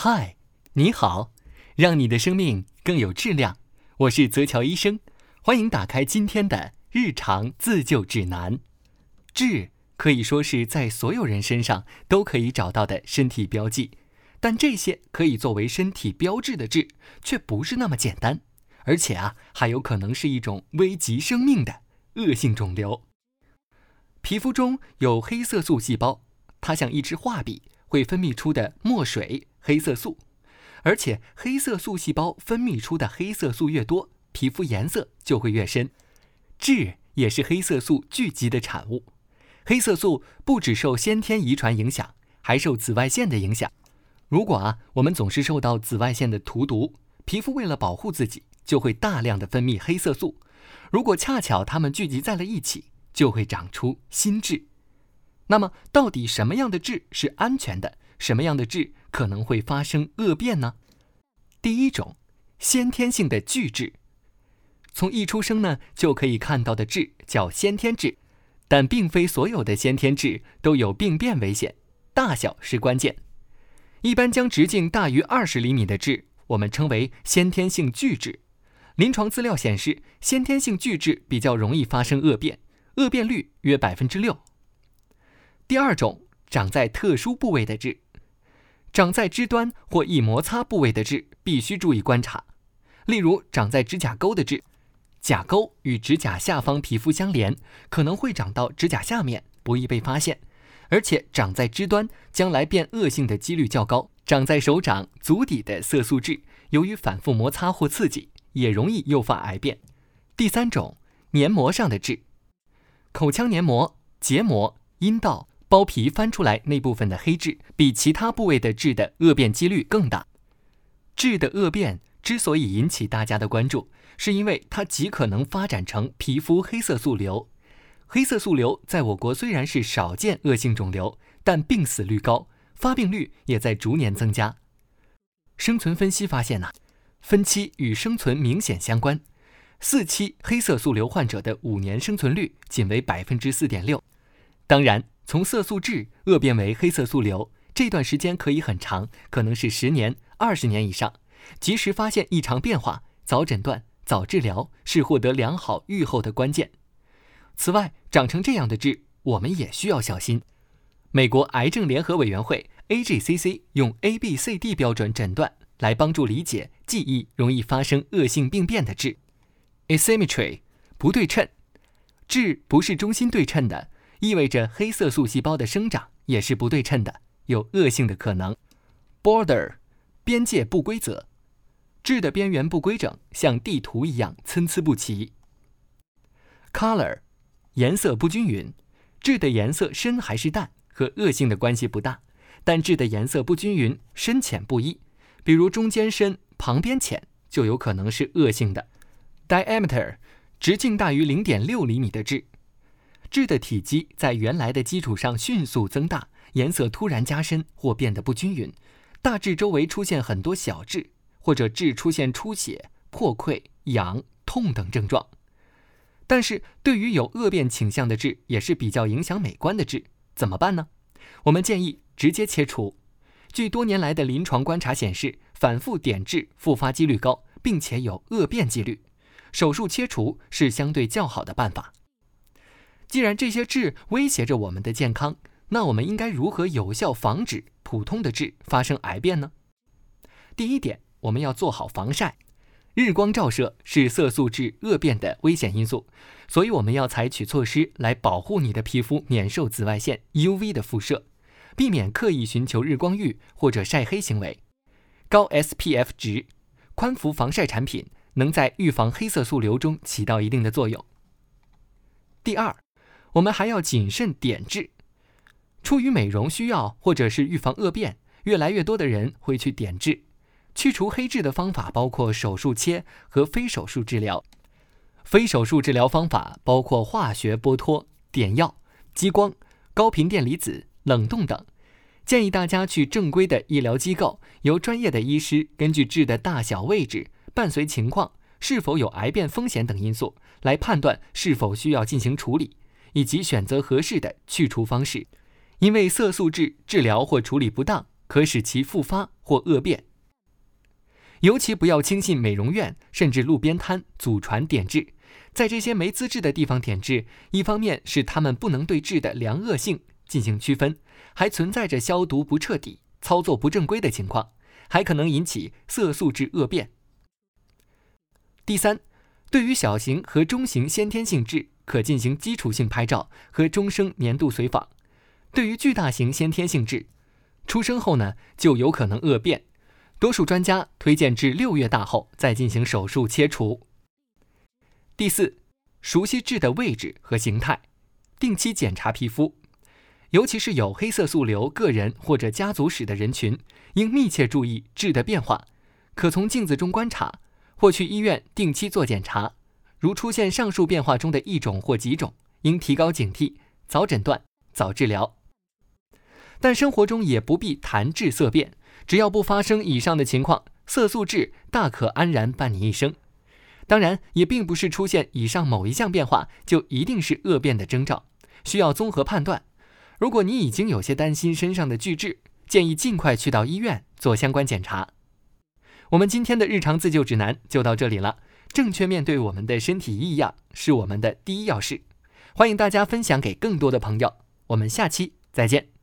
嗨，你好，让你的生命更有质量。我是泽乔医生，欢迎打开今天的日常自救指南。痣可以说是在所有人身上都可以找到的身体标记，但这些可以作为身体标志的痣却不是那么简单，而且还有可能是一种危及生命的恶性肿瘤。皮肤中有黑色素细胞，它像一支画笔，会分泌出的墨水黑色素，而且黑色素细胞分泌出的黑色素越多，皮肤颜色就会越深。痣也是黑色素聚集的产物。黑色素不只受先天遗传影响，还受紫外线的影响。如果我们总是受到紫外线的荼毒，皮肤为了保护自己，就会大量的分泌黑色素。如果恰巧它们聚集在了一起，就会长出新痣。那么到底什么样的痣是安全的？什么样的痣可能会发生恶变呢？第一种，先天性的巨痣。从一出生就可以看到的痣叫先天痣，但并非所有的先天痣都有病变危险，大小是关键。一般将直径大于20厘米的痣，我们称为先天性巨痣。临床资料显示，先天性巨痣比较容易发生恶变，恶变率约6%。第二种，长在特殊部位的痣。长在肢端或易摩擦部位的痣必须注意观察，例如长在指甲沟的痣，甲沟与指甲下方皮肤相连，可能会长到指甲下面，不易被发现，而且长在肢端，将来变恶性的几率较高。长在手掌、足底的色素痣，由于反复摩擦或刺激，也容易诱发癌变。第三种，黏膜上的痣。口腔黏膜、结膜、阴道、包皮翻出来那部分的黑痣，比其他部位的痣的恶变几率更大。痣的恶变之所以引起大家的关注，是因为它极可能发展成皮肤黑色素瘤。黑色素瘤在我国虽然是少见恶性肿瘤，但病死率高，发病率也在逐年增加。生存分析发现分期与生存明显相关，4期黑色素瘤患者的5年生存率仅为 4.6%。 当然，从色素痣恶变为黑色素瘤，这段时间可以很长，可能是10年、20年以上。及时发现异常变化，早诊断、早治疗是获得良好预后的关键。此外，长成这样的痣，我们也需要小心。美国癌症联合委员会 AJCC 用 ABCD 标准诊断来帮助理解记忆容易发生恶性病变的痣。Asymmetry 不对称，痣不是中心对称的，意味着黑色素细胞的生长也是不对称的，有恶性的可能。Border 边界不规则，痣的边缘不规整，像地图一样参差不齐。Color 颜色不均匀，痣的颜色深还是淡和恶性的关系不大，但痣的颜色不均匀，深浅不一，比如中间深旁边浅，就有可能是恶性的。Diameter 直径大于 0.6 厘米的痣。痣的体积在原来的基础上迅速增大，颜色突然加深或变得不均匀，大痣周围出现很多小痣，或者痣出现出血、破溃、痒、痛等症状。但是对于有恶变倾向的痣，也是比较影响美观的痣，怎么办呢？我们建议直接切除。据多年来的临床观察显示，反复点痣复发几率高，并且有恶变几率，手术切除是相对较好的办法。既然这些痣威胁着我们的健康，那我们应该如何有效防止普通的痣发生癌变呢？第一点，我们要做好防晒。日光照射是色素痣恶变的危险因素，所以我们要采取措施来保护你的皮肤免受紫外线 UV 的辐射，避免刻意寻求日光浴或者晒黑行为。高 SPF 值、宽幅防晒产品能在预防黑色素瘤中起到一定的作用。第二，我们还要谨慎点痣。出于美容需要或者是预防恶变，越来越多的人会去点痣。去除黑痣的方法包括手术切和非手术治疗。非手术治疗方法包括化学剥脱、点药、激光、高频电离子、冷冻等。建议大家去正规的医疗机构，由专业的医师根据痣的大小、位置、伴随情况、是否有癌变风险等因素来判断是否需要进行处理，以及选择合适的去除方式。因为色素痣治疗或处理不当，可使其复发或恶变。尤其不要轻信美容院甚至路边摊祖传点痣，在这些没资质的地方点痣，一方面是他们不能对痣的良恶性进行区分，还存在着消毒不彻底、操作不正规的情况，还可能引起色素痣恶变。第三，对于小型和中型先天性痣，可进行基础性拍照和终生年度随访。对于巨大型先天性痣，出生后呢就有可能恶变，多数专家推荐至6月大后再进行手术切除。第四，熟悉痣的位置和形态，定期检查皮肤，尤其是有黑色素瘤个人或者家族史的人群，应密切注意痣的变化，可从镜子中观察，或去医院定期做检查。如出现上述变化中的一种或几种，应提高警惕，早诊断，早治疗。但生活中也不必谈痣色变，只要不发生以上的情况，色素痣大可安然伴你一生。当然，也并不是出现以上某一项变化就一定是恶变的征兆，需要综合判断。如果你已经有些担心身上的巨痣，建议尽快去到医院做相关检查。我们今天的日常自救指南就到这里了。正确面对我们的身体异样是我们的第一要事，欢迎大家分享给更多的朋友。我们下期再见。